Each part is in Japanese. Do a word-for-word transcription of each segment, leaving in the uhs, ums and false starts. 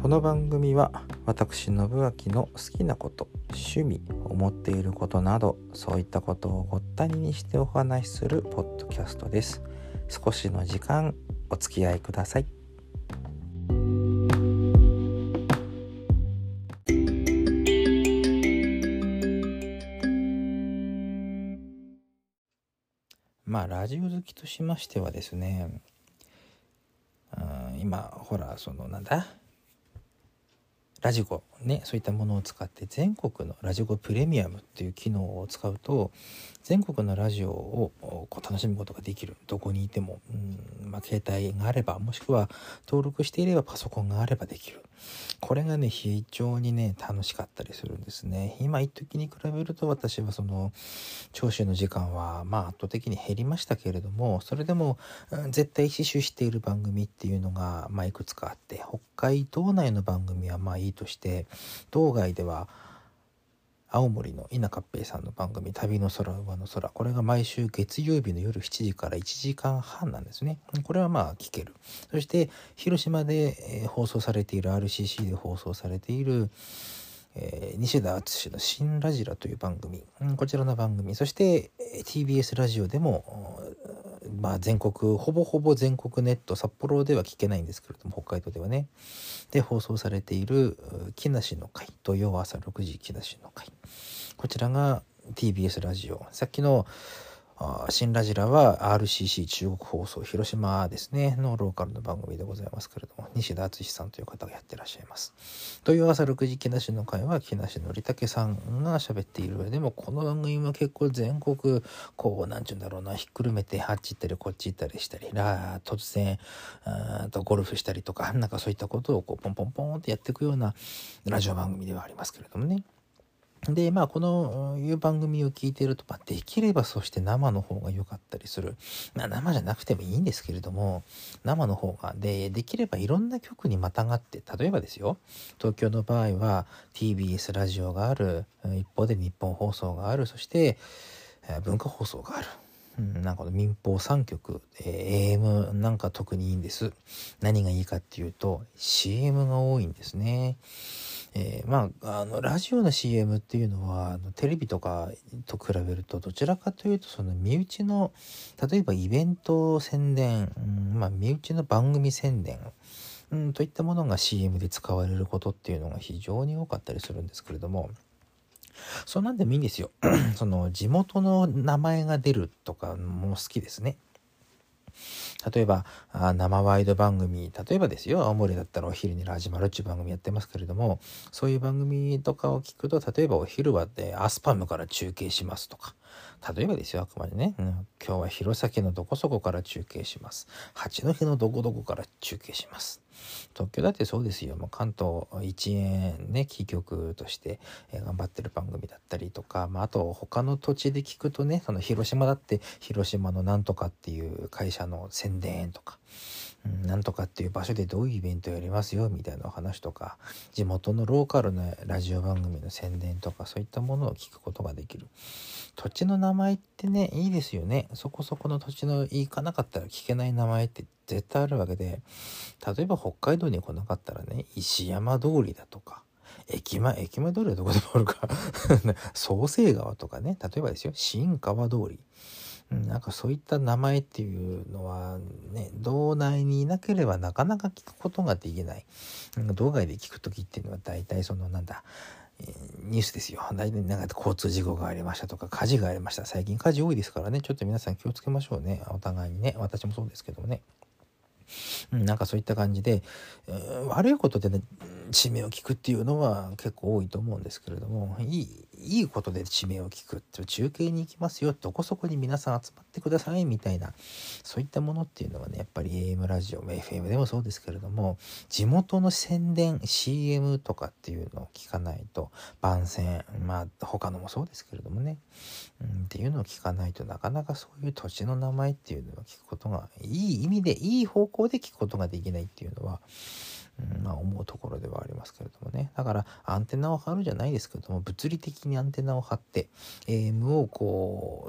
この番組は私信明の好きなこと、趣味、思っていることなど、そういったことをごったににしてお話しするポッドキャストです。少しの時間お付き合いください。まあラジオ好きとしましてはですね、うん今ほらそのなんだラジコね、そういったものを使って全国のラジコプレミアムっていう機能を使うと全国のラジオをこう楽しむことができる。どこにいても、うんまあ、携帯があればもしくは登録していればパソコンがあればできる。これがね非常にね楽しかったりするんですね。今一時に比べると私はその聴取の時間はまあ圧倒的に減りましたけれども、それでも、うん、絶対死守している番組っていうのがまあいくつかあって、北海道内の番組はまあいいとして、道外では青森の稲勝平さんの番組旅の空上の空、これが毎週月曜日の夜しちじからいちじかんはんなんですね。これはまあ聞ける。そして広島で、えー放送されている アールシーシー で放送されているえー西田敦の新ラジラという番組、うんこちらの番組、そして、えー ティービーエス ラジオでも、うんまあ、全国ほぼほぼ全国ネット、札幌では聞けないんですけれども北海道ではねで放送されているう木梨の会、土曜朝ろくじ木梨の会、こちらが ティービーエス ラジオ。さっきのあ新ラジラは アールシーシー 中国放送広島ですねのローカルの番組でございますけれども、西田敦さんという方がやってらっしゃいます。土曜朝ろくじ木梨の会は木梨憲武さんが喋っている上でも、この番組も結構全国こうなんちゅうんだろうな、ひっくるめてあっち行ったりこっち行ったりしたり、ら突然あとゴルフしたりとか、なんかそういったことをこうポンポンポンってやっていくようなラジオ番組ではありますけれどもね。でまあこのいう番組を聞いていると、まあ、できればそして生の方が良かったりする、まあ、生じゃなくてもいいんですけれども、生の方がでできればいろんな局にまたがって、例えばですよ、東京の場合は ティービーエス ラジオがある、一方で日本放送がある、そしてえー文化放送がある。うん、なんか民放さん局、えー、エーエム なんか特にいいんです。何がいいかっていうと シーエム が多いんですね。えー、まああのラジオの シーエム っていうのはあのテレビとかと比べるとどちらかというとその身内の、例えばイベント宣伝、うんまあ、身内の番組宣伝、うん、といったものが シーエム で使われることっていうのが非常に多かったりするんですけれども、そんなんでもいいんですよ。その地元の名前が出るとかも好きですね。例えばあ生ワイド番組、例えばですよ、青森だったらお昼にラジマルっていう番組やってますけれども、そういう番組とかを聞くと、例えばお昼はでアスパムから中継しますとか、例えばですよ、あくまでね、うん、今日は弘前のどこそこから中継します、八戸のどこどこから中継します。東京だってそうですよ。もう関東一円ね、キー局として頑張ってる番組だったりとか、まあ、あと他の土地で聞くとね、その広島だって広島のなんとかっていう会社の宣伝とか、うん、なんとかっていう場所でどういうイベントやりますよみたいなお話とか、地元のローカルなラジオ番組の宣伝とか、そういったものを聞くことができる。土地の名前ってね、いいですよね。そこそこの土地の行かなかったら聞けない名前って絶対あるわけで、例えば北海道に来なかったらね、石山通りだとか、駅前、駅前通りはどこでもあるか創成川とかね、例えばですよ、新川通り。うん、なんかそういった名前っていうのはね、道内にいなければなかなか聞くことができない。うん、道外で聞くときっていうのは大体そのなんだ、えーニュースですよ。大体なんか交通事故がありましたとか、火事がありました。最近火事多いですからね、ちょっと皆さん気をつけましょうね。お互いにね。私もそうですけどもね。うん、なんかそういった感じで、うん、悪いことでね、地名を聞くっていうのは結構多いと思うんですけれども、いい、いいことで地名を聞くって、中継に行きますよ、どこそこに皆さん集まってくださいみたいな、そういったものっていうのはね、やっぱり エーエム ラジオ、エフエム でもそうですけれども、地元の宣伝、シーエム とかっていうのを聞かないと、番宣、まあ他のもそうですけれどもね、うん、っていうのを聞かないとなかなかそういう土地の名前っていうのを聞くことが、いい意味でいい方向で聞くことができないっていうのは、うん、まあ思うところではありますけれどもね。だからアンテナを張るじゃないですけども、物理的にアンテナを張って エーエム をこう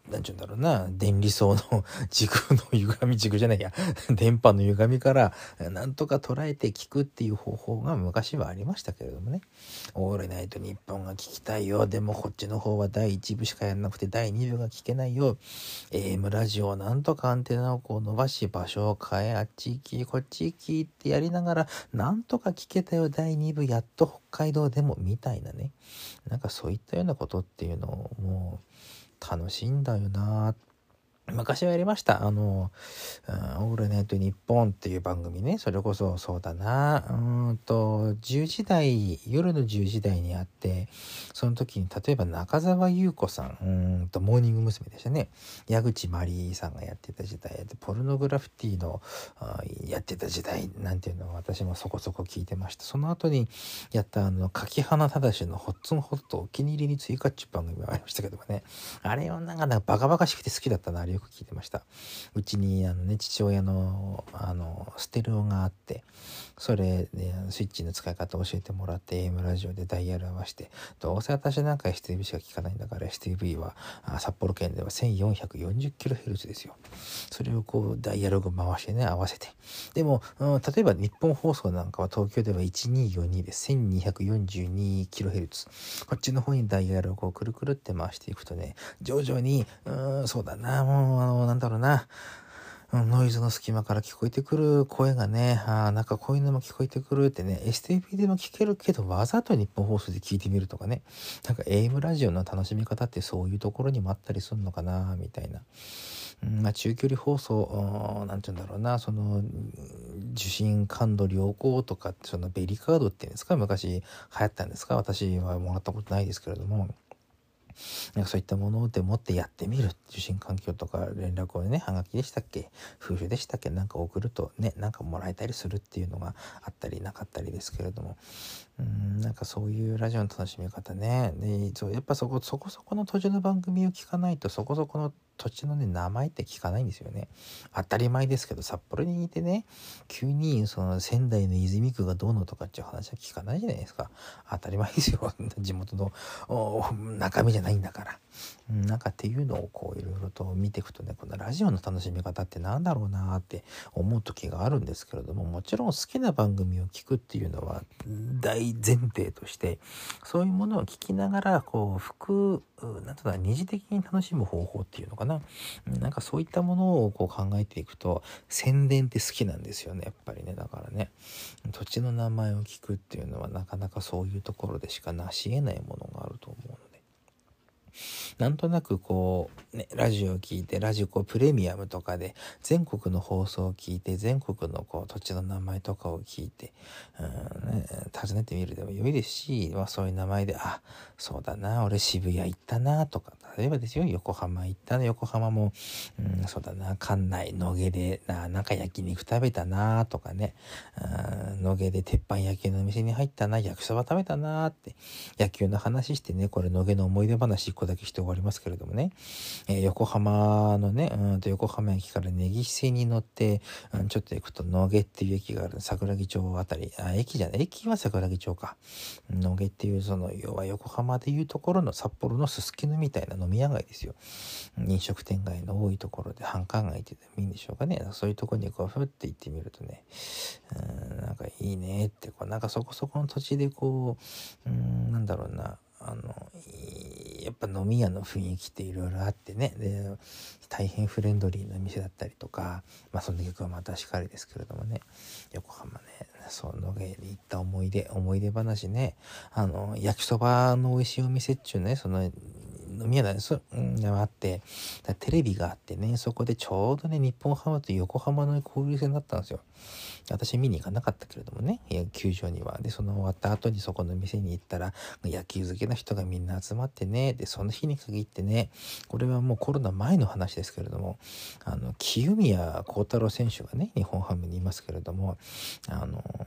なんちゅうんだろうな、電離層の時空の歪み、軸じゃないや、電波の歪みからなんとか捉えて聞くっていう方法が昔はありましたけれどもね。オールナイトニッポンが聞きたいよ。でもこっちの方はだいいち部しかやんなくてだいに部が聞けないよ。エーエム ラジオをなんとかアンテナをこう伸ばし、場所を変え、あっち行き、こっち行きってやりながら、なんとか聞けたよ。だいに部やっと北海道でもみたいなね。なんかそういったようなことっていうのをもう楽しいんだよな。昔はやりました。あの、うん、オールナイトニッポンっていう番組ね。それこそそうだな。うーんと、じゅうじ台、夜のじゅうじ台にあって、その時に例えば中澤優子さん、うーんと、モーニング娘。でしたね。矢口まりさんがやってた時代で、ポルノグラフィティのあやってた時代なんていうのを私もそこそこ聞いてました。その後にやったあの、柿花正のホッツンホットお気に入りに追加っていう番組がありましたけどもね。あれをなんかバカバカしくて好きだったな。あれよく聞いてました。うちにあのね、父親のあのステレオがあって、それでスイッチの使い方を教えてもらって エーエム ラジオでダイヤル合わせて、どうせ私なんか エスティーブイ しか聞かないんだから エスティーブイ は札幌圏では せんよんひゃくよんじゅっキロヘルツ ですよ。それをこうダイヤルを回してね合わせて、でも、うん、例えば日本放送なんかは東京ではいちにーよんにで せんにひゃくよんじゅうにキロヘルツ、 こっちの方にダイヤルをこうくるくるって回していくとね、徐々にうーんそうだな、もうあのなんだろうな、ノイズの隙間から聞こえてくる声がね、あなんかこういうのも聞こえてくるってね、エスティーブイ でも聞けるけど、わざと日本放送で聞いてみるとかね、なんか エーエム ラジオの楽しみ方ってそういうところにもあったりするのかな、みたいな。うん、まあ中距離放送、なんて言うんだろうな、その、受信感度良好とかって、そのベリカードっていうんですか、昔流行ったんですか、私はもらったことないですけれども、なんかそういったものでもってやってみる。受信環境とか連絡をね、はがきでしたっけ、夫婦でしたっけ、なんか送るとね、なんかもらえたりするっていうのがあったりなかったりですけれども、うーん、なんかそういうラジオの楽しみ方ね。で、そう、やっぱそこ、そこそこの土地の番組を聞かないと、そこそこの土地のね、名前って聞かないんですよね。当たり前ですけど、札幌にいてね、急にその仙台の泉区がどうのとかっていう話は聞かないじゃないですか。当たり前ですよ。地元の中身じゃないんだから。うん、なんかっていうのをこういろいろと見ていくとね、このラジオの楽しみ方ってなんだろうなって思う時があるんですけれども、もちろん好きな番組を聞くっていうのは大前提として、そういうものを聞きながらこう副なんとな二次的に楽しむ方法っていうのかな、なんかそういったものをこう考えていくと、宣伝って好きなんですよね、やっぱりね。だからね、土地の名前を聞くっていうのはなかなかそういうところでしか成し得ないものがあると思うので、なんとなくこうね、ラジオを聞いて、ラジコプレミアムとかで全国の放送を聞いて、全国のこう土地の名前とかを聞いて、うんね、訪ねてみるでも良いですし、まあ、そういう名前で、あ、そうだな、俺渋谷行ったなとか、例えばですよ、横浜行ったね、横浜も、うん、そうだな、館内野毛でな、なんか焼肉食べたなとかね、うん、野毛で鉄板焼きのお店に入ったな、焼きそば食べたなって、野球の話してね、これ野毛の思い出話一個だけして終わりますけれどもね、えー、横浜のね、うんと横浜駅から根岸線に乗って、うん、ちょっと行くと野毛っていう駅がある、桜木町あたり、あ、駅じゃない、駅は桜木町か。野毛っていう、その、要は横浜でいうところの札幌のすすきのみたいな飲み屋街ですよ。飲食店街の多いところで繁華街って言ってもいいんでしょうかね。そういうところにこう、ふって行ってみるとね、うん、なんかいいねって、こう、なんかそこそこの土地でこう、うん、なんだろうな、あの、やっぱ飲み屋の雰囲気っていろいろあってね、で、大変フレンドリーな店だったりとか、まあその曲はまたしかりですけれどもね、横浜ね、そう野毛に行った思い出、思い出話ね、あの、焼きそばの美味しいお店っちゅうね、その、飲み屋なんです、うん、があって、テレビがあってね、そこでちょうどね、日本ハムと横浜の交流戦だったんですよ。私見に行かなかったけれどもね、球場には。で、その終わった後にそこの店に行ったら、野球好きな人がみんな集まってね、で、その日に限ってね、これはもうコロナ前の話ですけれども、あの、清宮幸太郎選手がね、日本ハムにいますけれども、あの、なん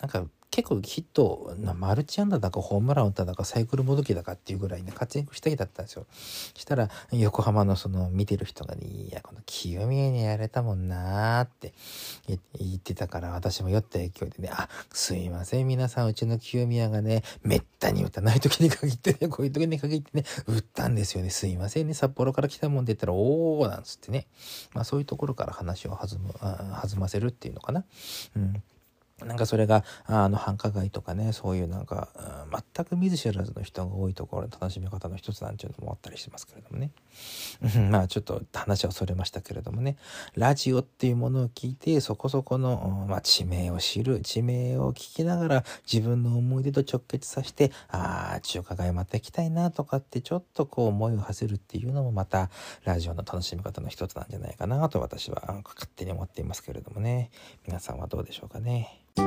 なんか結構ヒットマルチ安打だかホームラン打っただかサイクルもどきだかっていうぐらいね活躍した日だったんですよ。したら横浜のその見てる人がね、いやこの清宮にやれたもんなーって言ってたから、私も酔った影響でね、あ、すいません皆さん、うちの清宮がねめったに打たない時に限ってね、こういう時に限ってね打ったんですよね、すいませんね、札幌から来たもんで言ったらおーなんつってね、まあそういうところから話を弾むあ弾ませるっていうのかな。うんなんかそれがあの繁華街とかね、そういうなんか、うん、全く見ず知らずの人が多いところの楽しみ方の一つなんていうのもあったりしますけれどもねまあちょっと話はそれましたけれどもね、ラジオっていうものを聞いてそこそこの、まあ、地名を知る、地名を聞きながら自分の思い出と直結させて、ああ中華街また行きたいなとかってちょっとこう思いを馳せるっていうのもまたラジオの楽しみ方の一つなんじゃないかなと私は勝手に思っていますけれどもね、皆さんはどうでしょうかね。はい、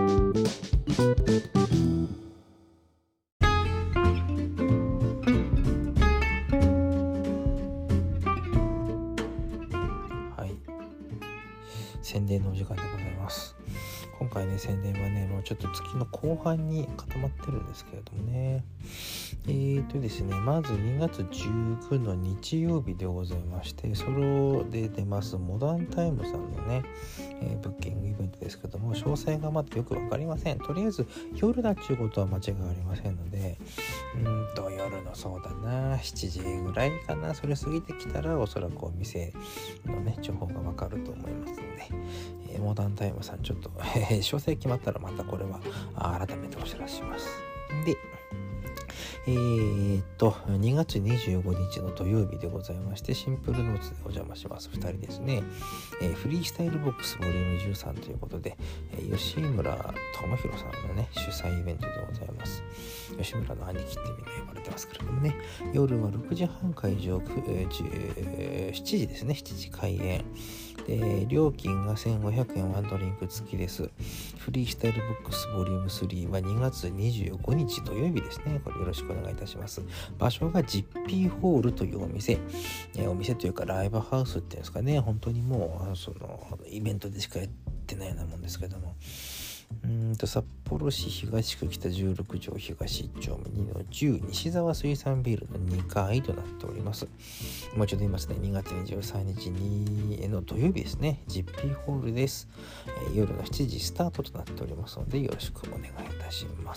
宣伝のお時間でございます。今回ね宣伝はねもうちょっと月の後半に固まってるんですけれどもね、えーとですねまずにがつじゅうくの日曜日でございまして、ソロで出ますモダンタイムさんのね、えー、ブッキングイベントですけども、詳細がまだよく分かりません。とりあえず夜だっちゅうことは間違いありませんので、うんと夜のそうだなしちじぐらいかな、それ過ぎてきたらおそらくお店のね情報が分かると思いますので、えー、モダンタイムさんちょっと詳細決まったらまたこれは改めてお知らせします。でえー、っとにがつにじゅうごにちの土曜日でございまして、シンプルノーツでお邪魔しますふたりですね、えー、フリースタイルボックスボリュームじゅうさんということで、えー、吉村智弘さんのね主催イベントでございます。吉村の兄貴ってみんな呼ばれてますけれどもね、夜はろくじはん会場、えー、しちじですね、しちじ開演で、料金がせんごひゃくえんワンドリンク付きです。フリースタイルボックスボリュームスリーはにがつにじゅうごにち土曜日ですね。これよろしくお願いいたします。場所が ジッピー ホールというお店、えー、お店というかライブハウスっていうんですかね、本当にもうそのイベントでしかやってないようなもんですけども、うーんと札幌市東区北じゅうろく条東いっ丁目にのじゅう西沢水産ビールのにかいとなっております。もう一度言いますね、にがつにじゅうさんにちにの土曜日ですね、 ジッピー ホールです、えー、夜のしちじスタートとなっておりますのでよろしくお願いいたします。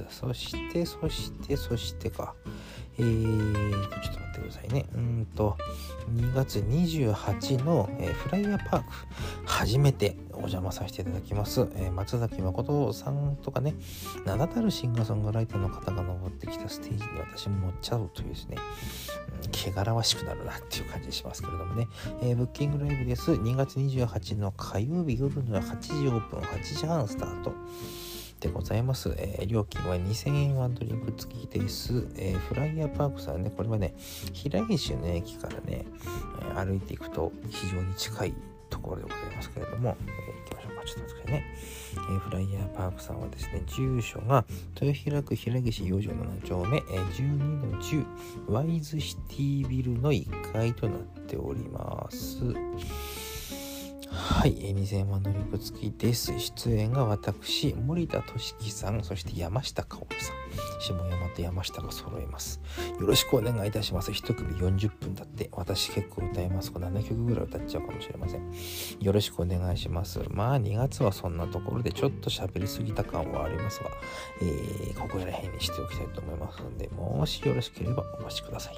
そしてそしてそしてかえーとちょっと待ってくださいね。うんとにがつにじゅうはちの、えー、フライヤーパーク初めてお邪魔させていただきます。えー、松崎誠さんとかね、名だたるシンガーソングライターの方が登ってきたステージに私も乗っちゃうというですね、うん、汚らわしくなるなっていう感じしますけれどもね、えー、ブッキングライブです。にがつにじゅうはちの火曜日夜のはちじオープン、はちじはんスタートでございます。えー、料金はにせんえんワンドリンク付きです。えー、フライヤーパークさんね、これはね平石の駅からね、えー、歩いていくと非常に近いところでございますけれども、えー、行きましょうか。ちょっと待ってくださいね。えー、フライヤーパークさんはですね、住所が豊平区平岸よんじゅうなな丁目、えー、じゅうにのじゅうワイズシティビルのいっかいとなっております。はい、にせんえんワンドリンク付きです。出演が私、森田俊樹さん、そして山下香織さん、下山と山下が揃います。よろしくお願いいたします。一組よんじゅっぷんだって、私結構歌います。ななきょくぐらい歌っちゃうかもしれません。よろしくお願いします。まあにがつはそんなところでちょっと喋りすぎた感はありますが、えー、ここら辺にしておきたいと思いますので、もしよろしければお待ちください。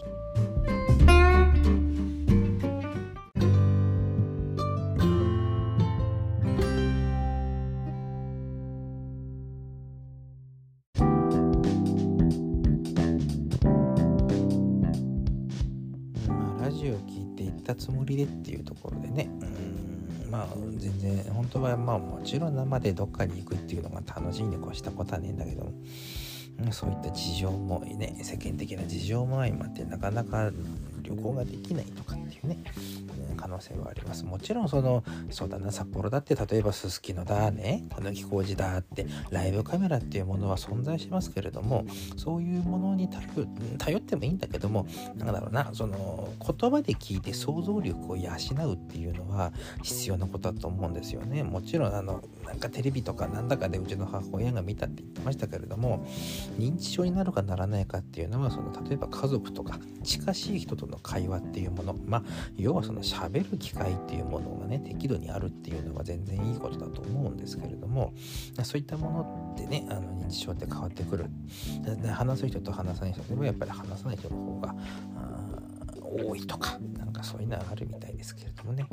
つもりでっていうところでね、うーんまあ全然本当はまあもちろん生でどっかに行くっていうのが楽しいんでこうしたことはねえんだけど、 うん、そういった事情もね、世間的な事情も相まってなかなか旅行ができないとかっていうね、可能性はあります。もちろんそのそうだな、札幌だって例えばすすきのだね、たぬき工事だってライブカメラっていうものは存在しますけれども、そういうものに頼頼ってもいいんだけども、なんだろうな、その言葉で聞いて想像力を養うっていうのは必要なことだと思うんですよね。もちろんあのなんかテレビとかなんだかでうちの母親が見たって言ってましたけれども、認知症になるかならないかっていうのは、その例えば家族とか近しい人との会話っていうもの、まあ要はその喋る機会っていうものがね適度にあるっていうのは全然いいことだと思うんですけれども、そういったものってね、あの認知症って変わってくる。で話す人と話さない人でもやっぱり話さない人の方が多いとか、なんかそういうのはあるみたいですけれどもね。うん、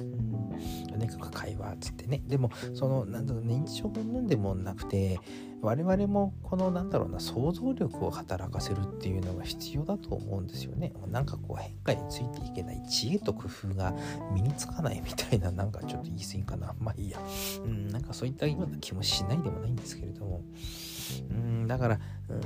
とにかく会話っつってね。でもそのなんだろう、認知症云でもなくて、我々もこのなんだろうな、想像力を働かせるっていうのが必要だと思うんですよね。なんかこう変化についていけない、知恵と工夫が身につかないみたいな、なんかちょっと言い過ぎかな。まあいいや。うん、なんかそういったような気もしないでもないんですけれども。うん、だから、うん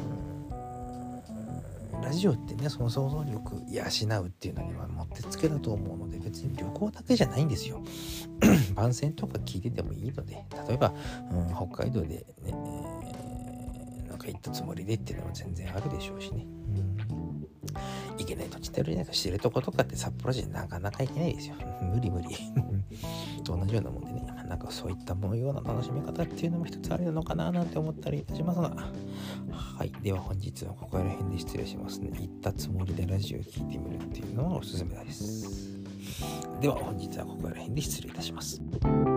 ラジオってね、その想像力養うっていうのにはもってつけだと思うので、別に旅行だけじゃないんですよ。番宣とか聞いててもいいので、例えば、うん、北海道でね、えー、なんか行ったつもりでっていうのは全然あるでしょうしね。うん行けない土地ってあるじゃないか。知床とかって札幌じゃなかなか行けないですよ。無理無理と同じようなもんでね、なんかそういった模様の楽しみ方っていうのも一つあるのかななんて思ったりいたしますが、はい、では本日はここら辺で失礼しますね。行ったつもりでラジオを聞いてみるっていうのはおすすめです。では本日はここら辺で失礼いたします。